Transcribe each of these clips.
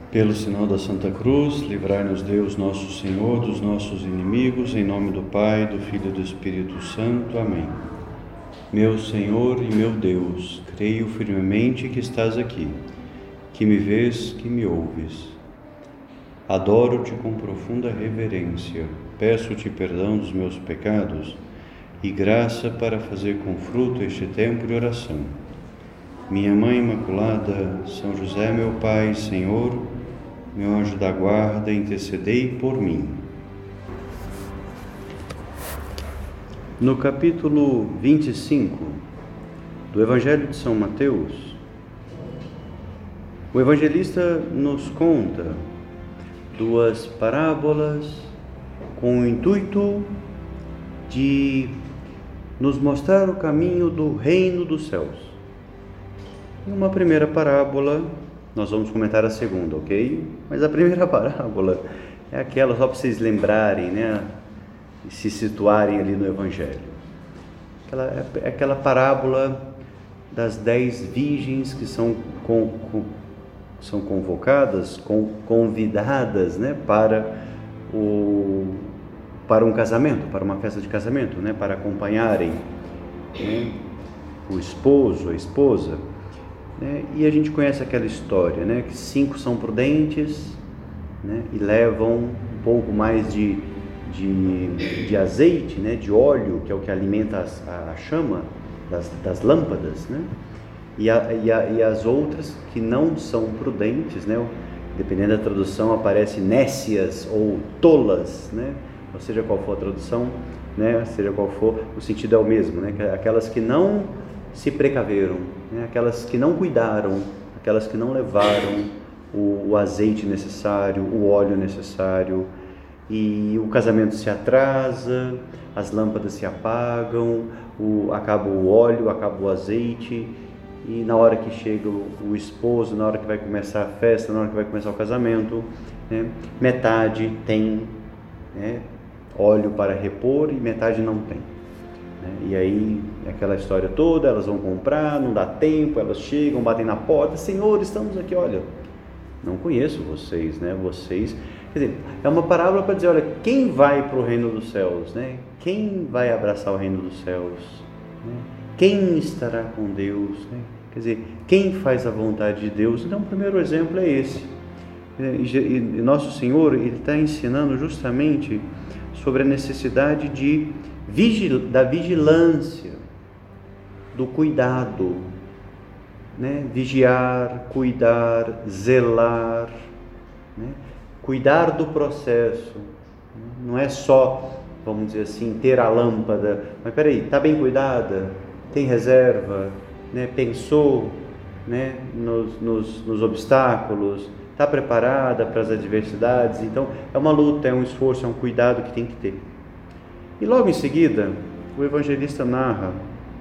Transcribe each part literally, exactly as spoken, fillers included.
Pelo sinal da Santa Cruz, livrai-nos Deus nosso Senhor dos nossos inimigos, em nome do Pai, do Filho e do Espírito Santo. Amém. Meu Senhor e meu Deus, creio firmemente que estás aqui, que me vês, que me ouves. Adoro-te com profunda reverência, peço-te perdão dos meus pecados e graça para fazer com fruto este tempo de oração. Minha Mãe Imaculada, São José, meu Pai, Senhor, meu anjo da guarda, intercedei por mim. No capítulo vinte e cinco do Evangelho de São Mateus, o evangelista nos conta duas parábolas com o intuito de nos mostrar o caminho do reino dos céus. Em uma primeira parábola, nós vamos comentar a segunda, ok? Mas a primeira parábola é aquela, só para vocês lembrarem, né? E se situarem ali no Evangelho. Aquela, é aquela parábola das dez virgens que são, com, com, são convocadas, com, convidadas, né? Para o... para um casamento, para uma festa de casamento, né? Para acompanharem, né? O esposo, a esposa, né? E a gente conhece aquela história, né? Que cinco são prudentes, né? E levam um pouco mais de, de, de azeite, né? De óleo, que é o que alimenta a, a chama das, das lâmpadas, né? E, a, e, a, e as outras que não são prudentes, né? Dependendo da tradução, aparece nécias ou tolas, né? Ou seja, qual for a tradução, né? Seja qual for, o sentido é o mesmo, né? Aquelas que não se precaveram, né? Aquelas que não cuidaram, aquelas que não levaram o, o azeite necessário, o óleo necessário, e o casamento se atrasa, as lâmpadas se apagam, o, acaba o óleo, acaba o azeite, e na hora que chega o, o esposo, na hora que vai começar a festa, na hora que vai começar o casamento, né? Metade tem, né, óleo para repor e metade não tem, né? E aí aquela história toda, elas vão comprar, não dá tempo, elas chegam, batem na porta, Senhor, estamos aqui, olha, não conheço vocês, né? Vocês, quer dizer, é uma parábola para dizer, olha, quem vai para o reino dos céus, né? Quem vai abraçar o reino dos céus, né? Quem estará com Deus, né? Quer dizer, quem faz a vontade de Deus? Então o primeiro exemplo é esse. E Nosso Senhor, Ele está ensinando justamente sobre a necessidade de vigil, da vigilância, do cuidado, né? Vigiar, cuidar, zelar, né? Cuidar do processo. Não é só, vamos dizer assim, ter a lâmpada, mas peraí, está bem cuidada? Tem reserva? Né? Pensou, né? nos, nos, nos obstáculos? Está preparada para as adversidades? Então é uma luta, é um esforço, é um cuidado que tem que ter. E logo em seguida o evangelista narra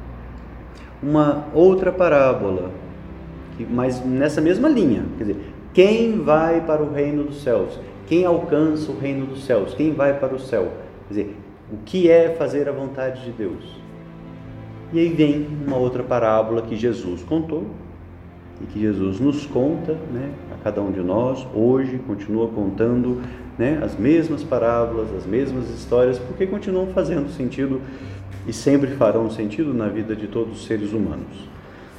uma outra parábola, que, mas nessa mesma linha, quer dizer, quem vai para o reino dos céus? Quem alcança o reino dos céus? Quem vai para o céu? Quer dizer, o que é fazer a vontade de Deus? E aí vem uma outra parábola que Jesus contou e que Jesus nos conta, né, a cada um de nós, hoje continua contando, né, as mesmas parábolas, as mesmas histórias, porque continuam fazendo sentido e sempre farão sentido na vida de todos os seres humanos.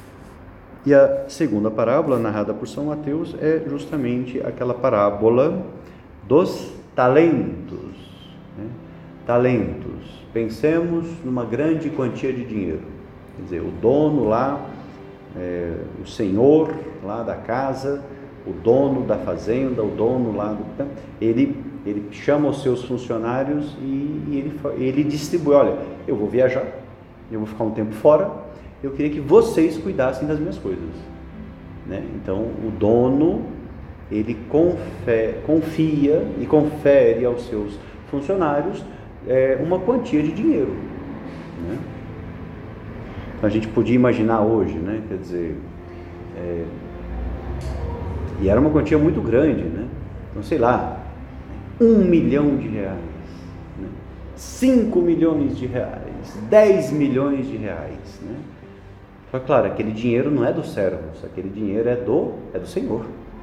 E a segunda parábola, narrada por São Mateus, é justamente aquela parábola dos talentos, né? Talentos. Pensemos numa grande quantia de dinheiro, quer dizer, o dono lá, É, o senhor lá da casa, o dono da fazenda, o dono lá do... Ele, ele chama os seus funcionários e, e ele, ele distribui, olha, eu vou viajar, eu vou ficar um tempo fora, eu queria que vocês cuidassem das minhas coisas, né? Então o dono, ele confere, confia e confere aos seus funcionários é, uma quantia de dinheiro, né? A gente podia imaginar hoje, né? Quer dizer, é, e era uma quantia muito grande, né? Então, sei lá, um milhão de reais, né? cinco milhões de reais, dez milhões de reais, né? Só claro, aquele dinheiro não é dos servos, aquele dinheiro é do, é do Senhor,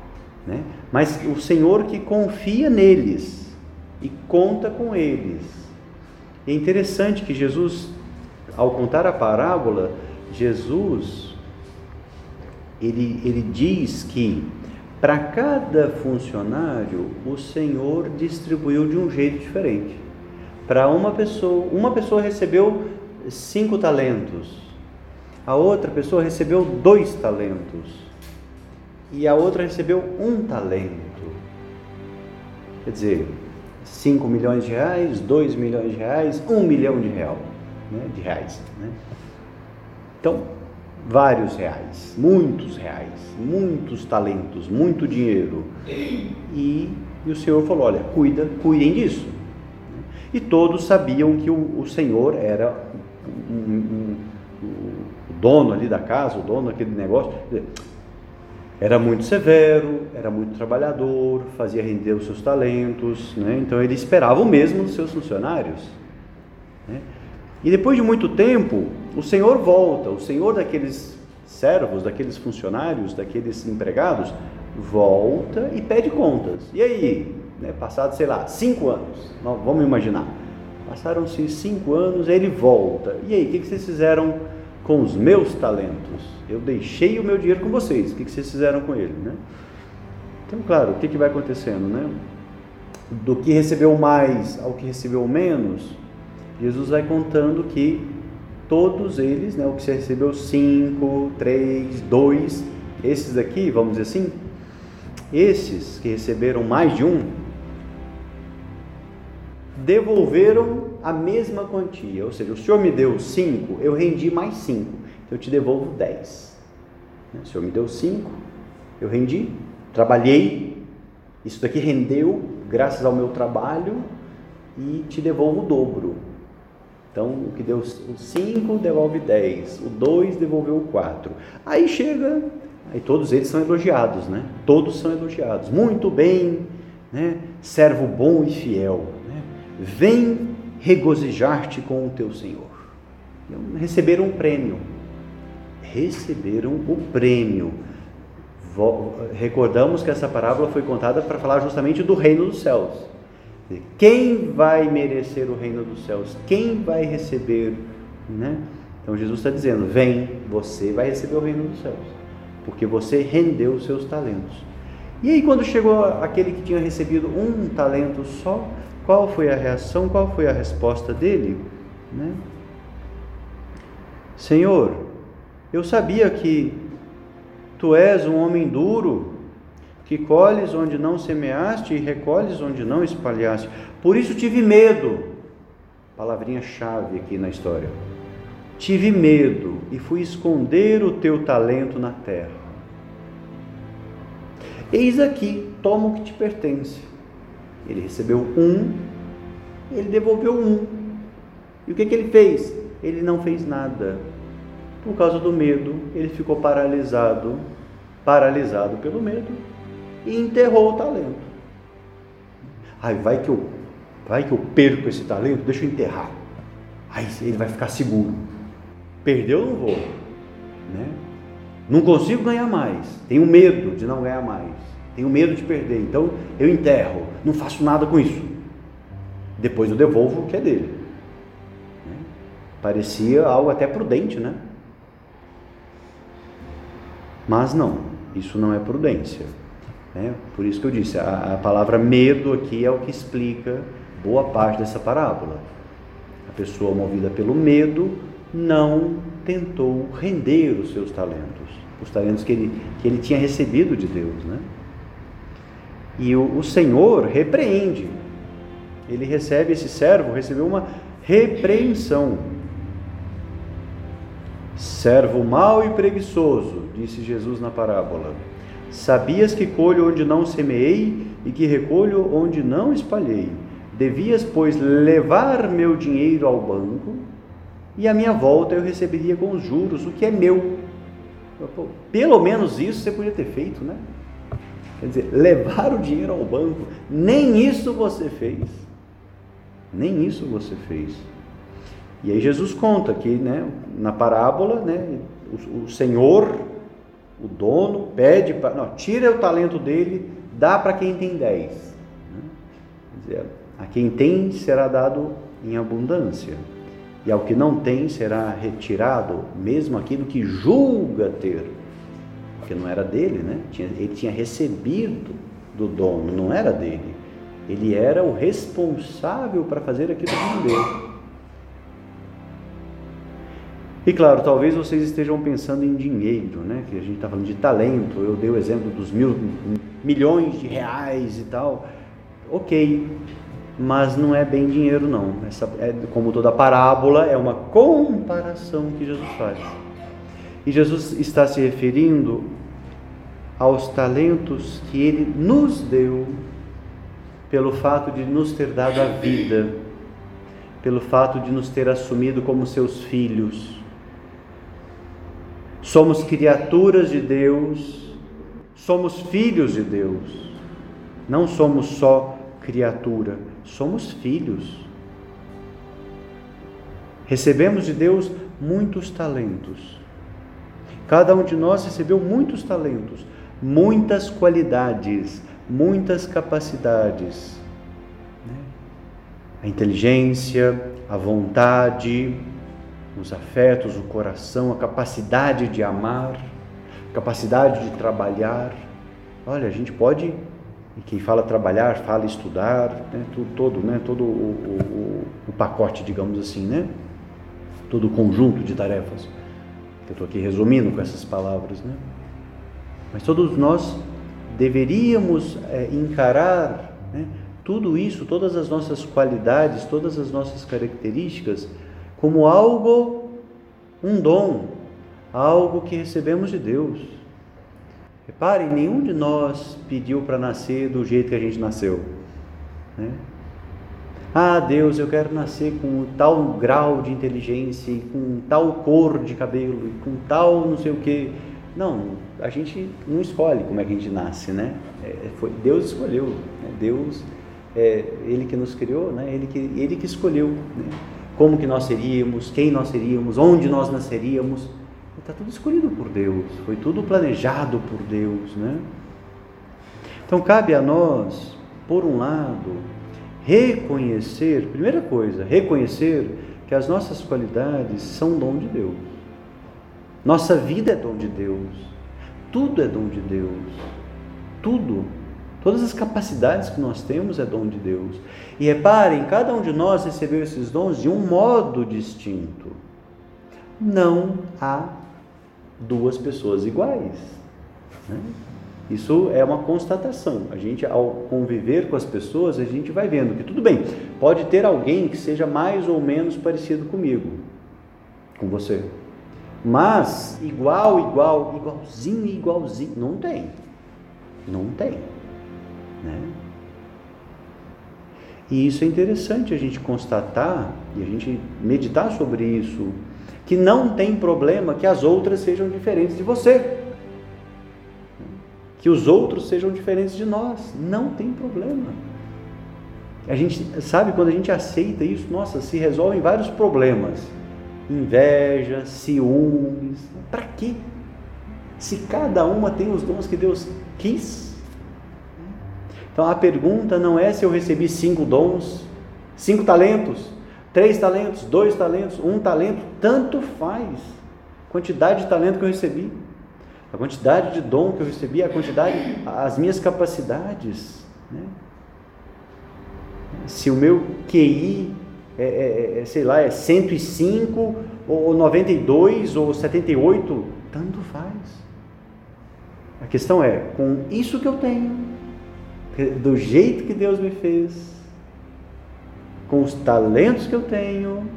né? Mas o Senhor que confia neles e conta com eles. É interessante que Jesus, ao contar a parábola, Jesus, ele, ele diz que para cada funcionário o Senhor distribuiu de um jeito diferente. Para uma pessoa, uma pessoa recebeu cinco talentos, a outra pessoa recebeu dois talentos e a outra recebeu um talento. Quer dizer, cinco milhões de reais, dois milhões de reais, um milhão de real, né? de reais. Né? Então, vários reais, muitos reais, muitos talentos, muito dinheiro. E, e o Senhor falou, olha, cuida, cuidem disso. E todos sabiam que o, o Senhor era um, um, um, o dono ali da casa, o dono daquele negócio. Era muito severo, era muito trabalhador, fazia render os seus talentos, né? Então ele esperava o mesmo dos seus funcionários, né? E depois de muito tempo, o Senhor volta, o Senhor daqueles servos, daqueles funcionários, daqueles empregados, volta e pede contas. E aí, né, passados, sei lá, cinco anos, vamos imaginar, passaram-se cinco anos, ele volta. E aí, o que vocês fizeram com os meus talentos? Eu deixei o meu dinheiro com vocês, o que vocês fizeram com ele, né? Então, claro, o que, que vai acontecendo, né? Do que recebeu mais ao que recebeu menos, Jesus vai contando que todos eles, né, o que você recebeu cinco, três, dois, esses daqui, vamos dizer assim, esses que receberam mais de um, devolveram a mesma quantia. Ou seja, o Senhor me deu cinco, eu rendi mais cinco, então eu te devolvo dez. O Senhor me deu cinco, eu rendi, trabalhei, isso daqui rendeu graças ao meu trabalho e te devolvo o dobro. Então, o que deu cinco devolve dez, o dois devolveu quatro. Aí chega, aí todos eles são elogiados, né? Todos são elogiados. Muito bem, né? Servo bom e fiel, né? Vem regozijar-te com o teu Senhor. Então, receberam um prêmio. Receberam o prêmio. Recordamos que essa parábola foi contada para falar justamente do reino dos céus. Quem vai merecer o reino dos céus? Quem vai receber, né? Então Jesus está dizendo, vem, você vai receber o reino dos céus, porque você rendeu os seus talentos. E aí quando chegou aquele que tinha recebido um talento só, qual foi a reação, qual foi a resposta dele, né? Senhor, eu sabia que tu és um homem duro, que colhes onde não semeaste e recolhes onde não espalhaste. Por isso tive medo. Palavrinha-chave aqui na história. Tive medo e fui esconder o teu talento na terra. Eis aqui, toma o que te pertence. Ele recebeu um, ele devolveu um. E o que, que ele fez? Ele não fez nada. Por causa do medo, ele ficou paralisado, paralisado pelo medo, e enterrou o talento. Ai, vai que eu, vai que eu perco esse talento, deixa eu enterrar. Aí ele vai ficar seguro. Perdeu, não vou, né? Não consigo ganhar mais. Tenho medo de não ganhar mais. Tenho medo de perder. Então eu enterro. Não faço nada com isso. Depois eu devolvo o que é dele. Parecia algo até prudente, né? Mas não. Isso não é prudência. É, por isso que eu disse, a, a palavra medo aqui é o que explica boa parte dessa parábola. A pessoa movida pelo medo não tentou render os seus talentos, os talentos que ele, que ele tinha recebido de Deus, né? E o, o Senhor repreende, ele recebe, esse servo recebeu uma repreensão. Servo mau e preguiçoso, disse Jesus na parábola. Sabias que colho onde não semeei e que recolho onde não espalhei. Devias, pois, levar meu dinheiro ao banco e à minha volta eu receberia com os juros o que é meu. Pô, pelo menos isso você podia ter feito, né? Quer dizer, levar o dinheiro ao banco, nem isso você fez. Nem isso você fez. E aí Jesus conta que, né, na parábola, né, o, o Senhor, o dono, pede para, não, tira o talento dele, dá para quem tem dez. Né? Quer dizer, a quem tem será dado em abundância, e ao que não tem será retirado mesmo aquilo que julga ter, porque não era dele, né? Ele tinha recebido do dono, não era dele. Ele era o responsável para fazer aquilo que não deu. E claro, talvez vocês estejam pensando em dinheiro, né? Que a gente está falando de talento. Eu dei o exemplo dos mil milhões de reais e tal. Ok, mas não é bem dinheiro não. Essa, é, como toda parábola, é uma comparação que Jesus faz. E Jesus está se referindo aos talentos que Ele nos deu pelo fato de nos ter dado a vida, pelo fato de nos ter assumido como seus filhos. Somos criaturas de Deus, somos filhos de Deus. Não somos só criatura, somos filhos. Recebemos de Deus muitos talentos. Cada um de nós recebeu muitos talentos, muitas qualidades, muitas capacidades. A inteligência, a vontade, os afetos, o coração, a capacidade de amar, a capacidade de trabalhar. Olha, a gente pode, e quem fala trabalhar, fala estudar, né? Tudo, todo, né? todo o, o, o pacote, digamos assim, né? Todo o conjunto de tarefas. Eu estou aqui resumindo com essas palavras, né? Mas todos nós deveríamos é, encarar, né, tudo isso, todas as nossas qualidades, todas as nossas características, como algo, um dom, algo que recebemos de Deus. Reparem, nenhum de nós pediu para nascer do jeito que a gente nasceu, né? Ah, Deus, eu quero nascer com tal grau de inteligência, e com tal cor de cabelo, e com tal não sei o quê. Não, a gente não escolhe como é que a gente nasce, né? É, foi, Deus escolheu, né? Deus, é, Ele que nos criou, né? Ele que, Ele que escolheu, né? Como que nós seríamos, quem nós seríamos, onde nós nasceríamos. Está tudo escolhido por Deus, foi tudo planejado por Deus, né? Então cabe a nós, por um lado, reconhecer, primeira coisa, reconhecer que as nossas qualidades são dom de Deus. Nossa vida é dom de Deus, tudo é dom de Deus, tudo, todas as capacidades que nós temos é dom de Deus. E reparem, cada um de nós recebeu esses dons de um modo distinto. Não há duas pessoas iguais, né? Isso é uma constatação. A gente, ao conviver com as pessoas, a gente vai vendo que tudo bem, pode ter alguém que seja mais ou menos parecido comigo, com você, mas igual, igual, igualzinho, igualzinho, não tem, não tem, né? E isso é interessante a gente constatar e a gente meditar sobre isso, que não tem problema que as outras sejam diferentes de você, que os outros sejam diferentes de nós, não tem problema. A gente sabe, quando a gente aceita isso, nossa, se resolvem vários problemas, inveja, ciúmes, para quê? Se cada uma tem os dons que Deus quis. Então a pergunta não é se eu recebi cinco dons, cinco talentos, três talentos, dois talentos, um talento, tanto faz, quantidade de talento que eu recebi, a quantidade de dom que eu recebi, a quantidade, as minhas capacidades, né? Se o meu Q I é, é, é, sei lá, é cento e cinco, ou noventa e dois, ou setenta e oito, tanto faz. A questão é, com isso que eu tenho, do jeito que Deus me fez, com os talentos que eu tenho, o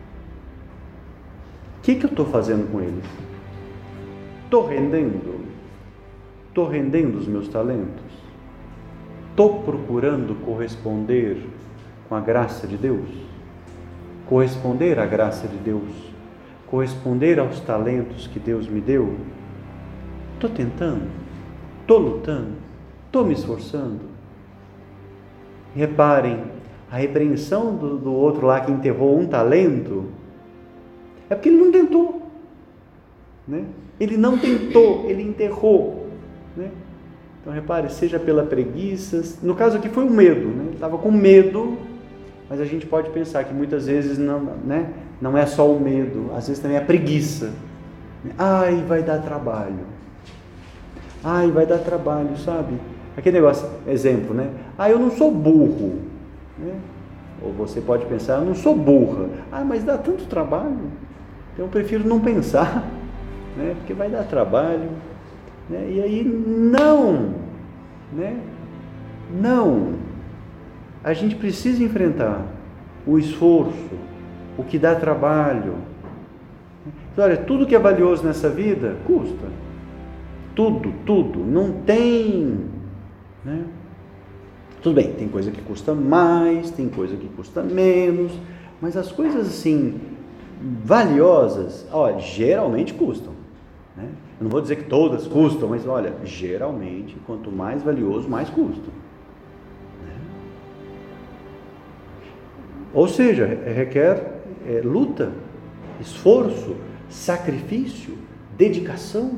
que, que eu estou fazendo com eles? Estou rendendo? Estou rendendo os meus talentos? Estou procurando corresponder com a graça de Deus? Corresponder à graça de Deus? Corresponder aos talentos que Deus me deu? Estou tentando? Estou lutando? Estou me esforçando? Reparem, a repreensão do, do outro lá que enterrou um talento é porque ele não tentou, né? Ele não tentou, ele enterrou, né? Então repare, seja pela preguiça, no caso aqui foi o medo, né? Ele estava com medo, mas a gente pode pensar que muitas vezes não, né? Não é só o medo, às vezes também é a preguiça. Ai, vai dar trabalho. Ai, vai dar trabalho, sabe? Aquele negócio, exemplo, né? Ah, eu não sou burro, né? Ou você pode pensar, eu não sou burra. Ah, mas dá tanto trabalho, então eu prefiro não pensar, né? Porque vai dar trabalho, né? E aí, não, né? Não. A gente precisa enfrentar o esforço, o que dá trabalho. Olha, tudo que é valioso nessa vida custa. Tudo, tudo. Não tem, né? Tudo bem, tem coisa que custa mais, tem coisa que custa menos, mas as coisas assim, valiosas, olha, geralmente custam, né? Eu não vou dizer que todas custam, mas olha, geralmente, quanto mais valioso, mais custa. Ou seja, requer é, luta, esforço, sacrifício, dedicação.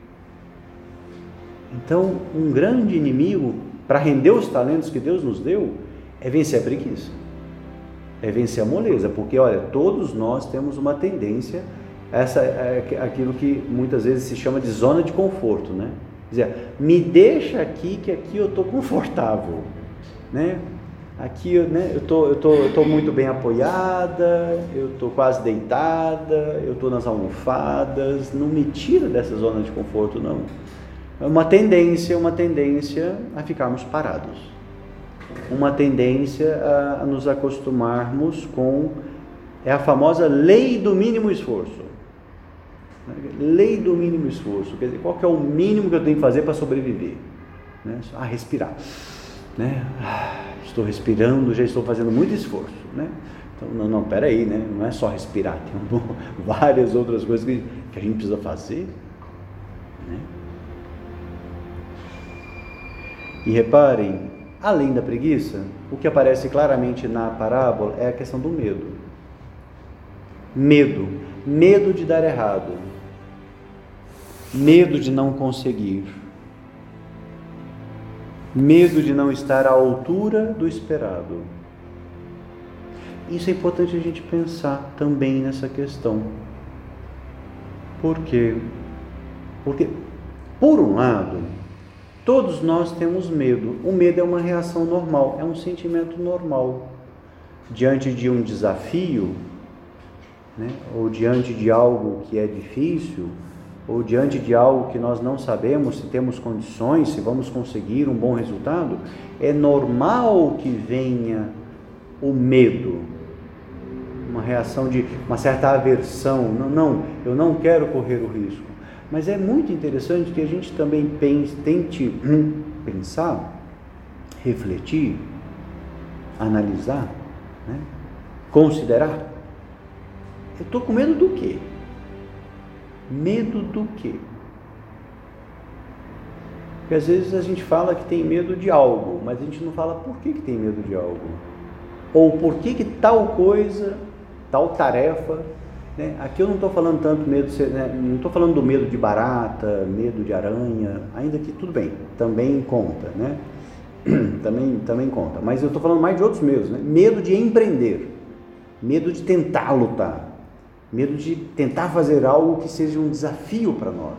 Então, um grande inimigo para render os talentos que Deus nos deu é vencer a preguiça, é vencer a moleza, porque olha, todos nós temos uma tendência, essa é aquilo que muitas vezes se chama de zona de conforto, né? Quer dizer, me deixa aqui que aqui eu estou confortável, né? Aqui, né, eu tô, eu tô, eu tô muito bem apoiada, eu estou quase deitada, eu estou nas almofadas, não me tira dessa zona de conforto, não. É uma tendência, uma tendência a ficarmos parados, uma tendência a nos acostumarmos com, é a famosa lei do mínimo esforço. Lei do mínimo esforço, quer dizer, qual que é o mínimo que eu tenho que fazer para sobreviver? Né? Ah, respirar. Né? Ah, estou respirando, já estou fazendo muito esforço, né? Então, não, não, peraí, né? Não é só respirar, tem várias outras coisas que, que a gente precisa fazer, né? E reparem, além da preguiça, o que aparece claramente na parábola é a questão do medo. Medo, medo de dar errado, medo de não conseguir, medo de não estar à altura do esperado. Isso é importante a gente pensar também nessa questão. Por quê? Porque, por um lado, todos nós temos medo. O medo é uma reação normal, é um sentimento normal. Diante de um desafio, né, ou diante de algo que é difícil, ou diante de algo que nós não sabemos se temos condições, se vamos conseguir um bom resultado, é normal que venha o medo, uma reação de uma certa aversão. Não, não, eu não quero correr o risco. Mas é muito interessante que a gente também pense, tente hum, pensar, refletir, analisar, né, considerar. Eu estou com medo do quê? Medo do quê? Porque às vezes a gente fala que tem medo de algo, mas a gente não fala por que, que tem medo de algo. Ou por que, que tal coisa, tal tarefa, né? Aqui eu não estou falando tanto medo, né? Não estou falando do medo de barata, medo de aranha, ainda que tudo bem, também conta, né? também, também conta, mas eu estou falando mais de outros medos, né? Medo de empreender, medo de tentar lutar, medo de tentar fazer algo que seja um desafio para nós.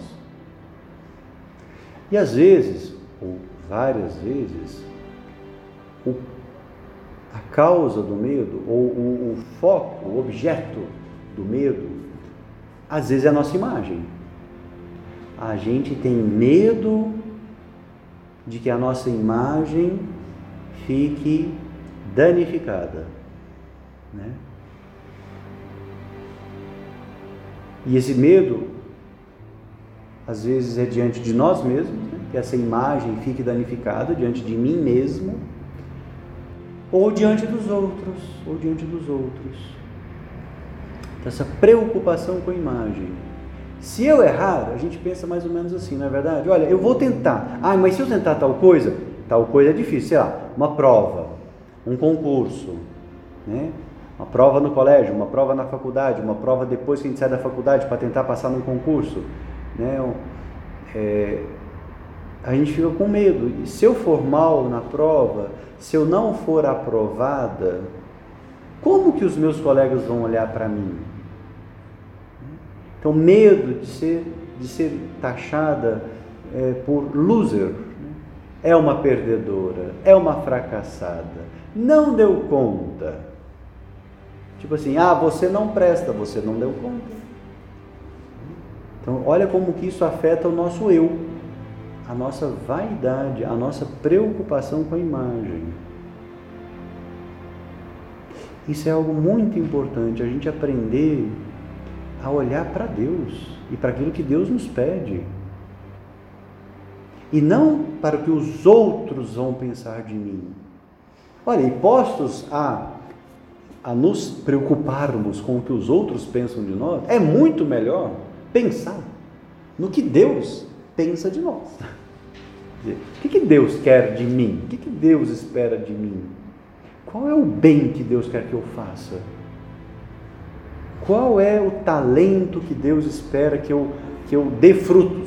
E às vezes, ou várias vezes, o, a causa do medo, ou o, o foco, o objeto do medo, às vezes é a nossa imagem. A gente tem medo de que a nossa imagem fique danificada, né? E esse medo, às vezes é diante de nós mesmos, né? Que essa imagem fique danificada diante de mim mesmo, ou diante dos outros, ou diante dos outros. Essa preocupação com a imagem. Se eu errar, a gente pensa mais ou menos assim, não é verdade? Olha, eu vou tentar. Ah, mas se eu tentar tal coisa, tal coisa é difícil, sei lá, uma prova, um concurso, né? Uma prova no colégio, uma prova na faculdade, uma prova depois que a gente sai da faculdade para tentar passar num concurso, né? É, a gente fica com medo. E se eu for mal na prova, se eu não for aprovada, como que os meus colegas vão olhar para mim? Então, medo de ser, de ser taxada é, por loser, né? É uma perdedora, é uma fracassada, não deu conta. Tipo assim, ah, você não presta, você não deu conta. Então, olha como que isso afeta o nosso eu, a nossa vaidade, a nossa preocupação com a imagem. Isso é algo muito importante, a gente aprender a olhar para Deus e para aquilo que Deus nos pede. E não para o que os outros vão pensar de mim. Olha, e postos a, a nos preocuparmos com o que os outros pensam de nós, é muito melhor pensar no que Deus pensa de nós. O que, que Deus quer de mim? O que, que Deus espera de mim? Qual é o bem que Deus quer que eu faça? Qual é o talento que Deus espera que eu, que eu dê frutos?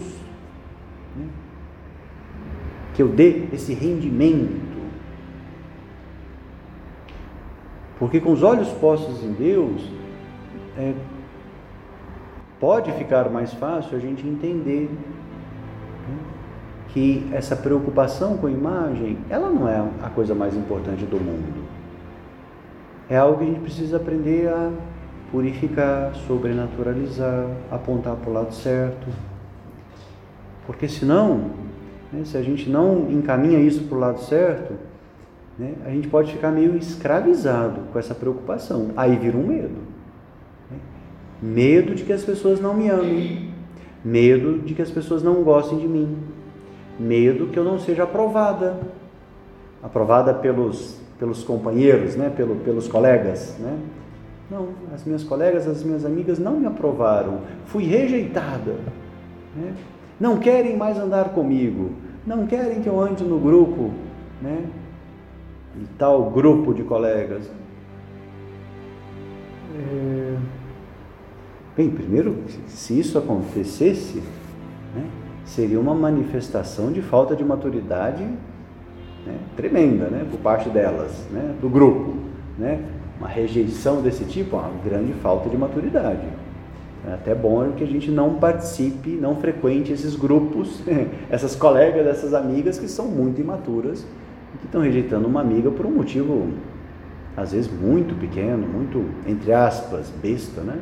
Que eu dê esse rendimento? Porque com os olhos postos em Deus, é, pode ficar mais fácil a gente entender, né, que essa preocupação com a imagem, ela não é a coisa mais importante do mundo. É algo que a gente precisa aprender a purificar, sobrenaturalizar, apontar para o lado certo. Porque senão, né, se a gente não encaminha isso para o lado certo, né, a gente pode ficar meio escravizado com essa preocupação. Aí vira um medo. Né? Medo de que as pessoas não me amem. Medo de que as pessoas não gostem de mim. Medo que eu não seja aprovada. Aprovada pelos, pelos companheiros, né, Pelo, pelos colegas, né? Não, as minhas colegas, as minhas amigas não me aprovaram. Fui rejeitada. Né? Não querem mais andar comigo. Não querem que eu ande no grupo, né? E tal grupo de colegas. É... Bem, primeiro, se isso acontecesse, né, seria uma manifestação de falta de maturidade, né, tremenda, né, por parte delas, né, do grupo, né? Uma rejeição desse tipo, uma grande falta de maturidade. É até bom que a gente não participe, não frequente esses grupos, essas colegas, essas amigas que são muito imaturas e que estão rejeitando uma amiga por um motivo, às vezes, muito pequeno, muito, entre aspas, besta, né?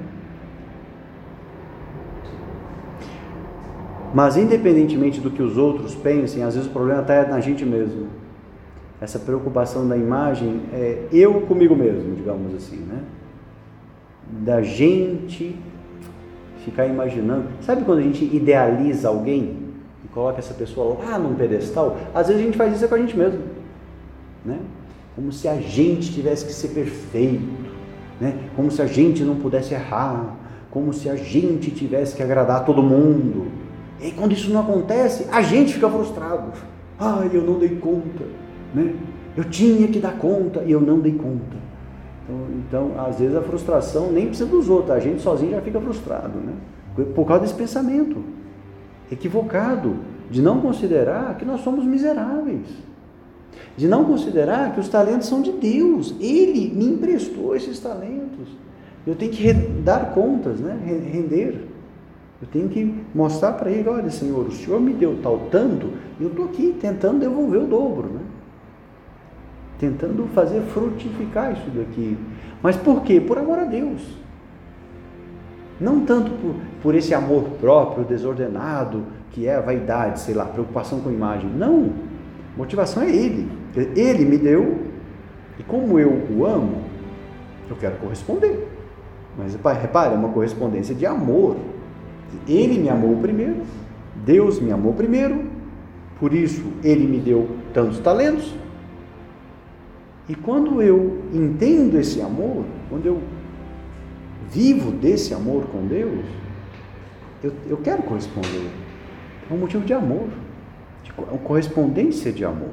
Mas, independentemente do que os outros pensem, às vezes o problema está na gente mesmo. Essa preocupação da imagem é eu comigo mesmo, digamos assim, né? Da gente ficar imaginando. Sabe quando a gente idealiza alguém e coloca essa pessoa lá num pedestal? Às vezes a gente faz isso com a gente mesmo, né? Como se a gente tivesse que ser perfeito, né? Como se a gente não pudesse errar, como se a gente tivesse que agradar todo mundo. E quando isso não acontece, a gente fica frustrado. Ai, eu não dei conta, né? Eu tinha que dar conta e eu não dei conta. Então, então, às vezes a frustração nem precisa dos outros, a gente sozinho já fica frustrado, né? Por causa desse pensamento equivocado, de não considerar que nós somos miseráveis, de não considerar que os talentos são de Deus. Ele me emprestou esses talentos, eu tenho que dar contas, né? Render. Eu tenho que mostrar para ele, olha, Senhor, o Senhor me deu tal tanto, eu estou aqui tentando devolver o dobro, né? Tentando fazer frutificar isso daqui. Mas por quê? Por amor a Deus. Não tanto por, por esse amor próprio, desordenado, que é a vaidade, sei lá, preocupação com a imagem. Não. A motivação é Ele. Ele me deu, e como eu o amo, eu quero corresponder. Mas repare, é uma correspondência de amor. Ele me amou primeiro, Deus me amou primeiro, por isso Ele me deu tantos talentos. E quando eu entendo esse amor, quando eu vivo desse amor com Deus, eu, eu quero corresponder. É um motivo de amor, de uma correspondência de amor.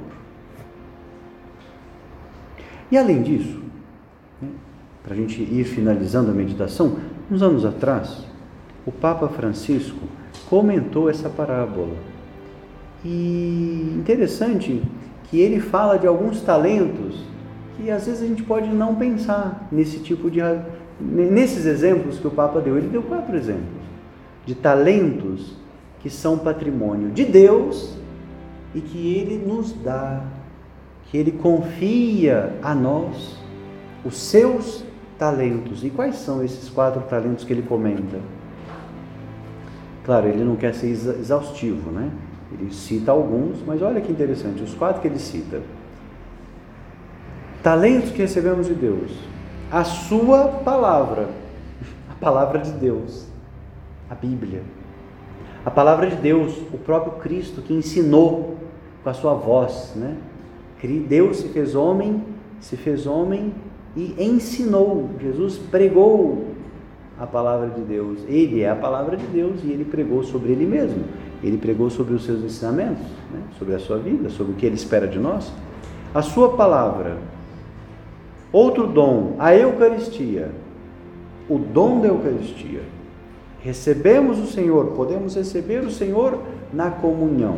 E além disso, né, para a gente ir finalizando a meditação, uns anos atrás, o Papa Francisco comentou essa parábola. E interessante que ele fala de alguns talentos que às vezes a gente pode não pensar nesse tipo de... Nesses exemplos que o Papa deu, ele deu quatro exemplos de talentos que são patrimônio de Deus e que Ele nos dá, que Ele confia a nós os seus talentos. E quais são esses quatro talentos que Ele comenta? Claro, Ele não quer ser exaustivo, né? Ele cita alguns, mas olha que interessante, os quatro que Ele cita. Talentos que recebemos de Deus, a sua palavra, a palavra de Deus, a Bíblia, a palavra de Deus, o próprio Cristo que ensinou com a sua voz, né? Deus se fez homem, se fez homem e ensinou. Jesus pregou a palavra de Deus. Ele é a palavra de Deus e ele pregou sobre ele mesmo. Ele pregou sobre os seus ensinamentos, né? Sobre a sua vida, sobre o que ele espera de nós. A sua palavra. Outro dom, a Eucaristia. O dom da Eucaristia. Recebemos o Senhor, podemos receber o Senhor na comunhão.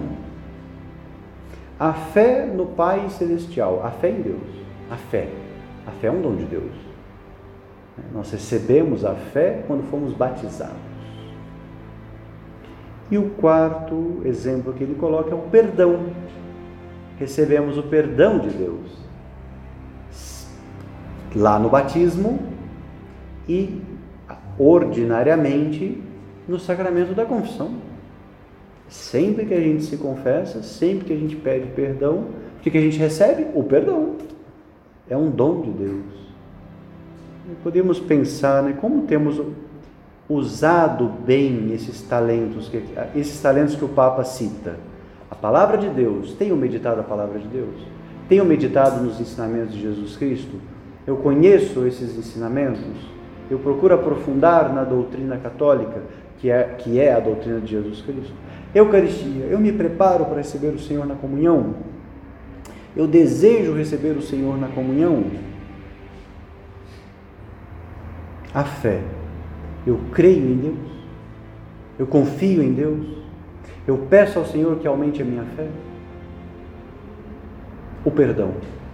A fé no Pai Celestial, a fé em Deus, a fé. A fé é um dom de Deus. Nós recebemos a fé quando fomos batizados. E o quarto exemplo que ele coloca é o perdão. Recebemos o perdão de Deus lá no batismo e ordinariamente no sacramento da confissão. Sempre que a gente se confessa, sempre que a gente pede perdão, o que a gente recebe? O perdão. É um dom de Deus. E podemos pensar, né, como temos usado bem esses talentos, que, esses talentos que o Papa cita. A palavra de Deus. Tenho meditado a palavra de Deus? Tenho meditado nos ensinamentos de Jesus Cristo? Eu conheço esses ensinamentos? Eu procuro aprofundar na doutrina católica, que é, que é a doutrina de Jesus Cristo. Eucaristia, eu me preparo para receber o Senhor na comunhão? Eu desejo receber o Senhor na comunhão? A fé, eu creio em Deus? Eu confio em Deus? Eu peço ao Senhor que aumente a minha fé? O perdão.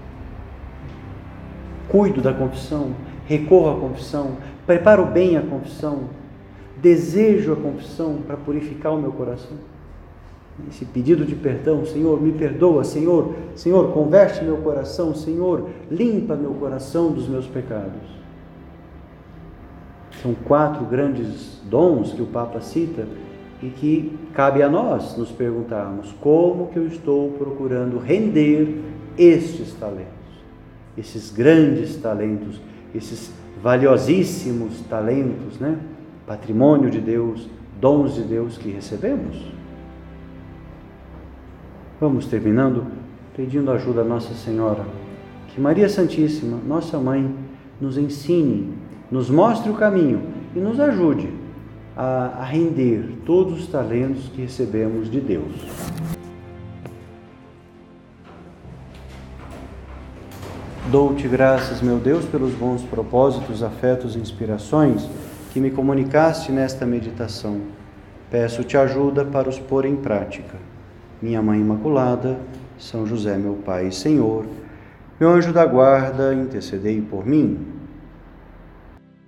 Cuido da confissão, recorro à confissão, preparo bem a confissão, desejo a confissão para purificar o meu coração. Esse pedido de perdão, Senhor, me perdoa, Senhor, Senhor, converte meu coração, Senhor, limpa meu coração dos meus pecados. São quatro grandes dons que o Papa cita e que cabe a nós nos perguntarmos como que eu estou procurando render estes talentos, esses grandes talentos, esses valiosíssimos talentos, né? Patrimônio de Deus, dons de Deus que recebemos. Vamos terminando pedindo ajuda a Nossa Senhora, que Maria Santíssima, nossa Mãe, nos ensine, nos mostre o caminho e nos ajude a, a render todos os talentos que recebemos de Deus. Dou-te graças, meu Deus, pelos bons propósitos, afetos e inspirações que me comunicaste nesta meditação. Peço-te ajuda para os pôr em prática. Minha Mãe Imaculada, São José, meu Pai e Senhor, meu anjo da guarda, intercedei por mim.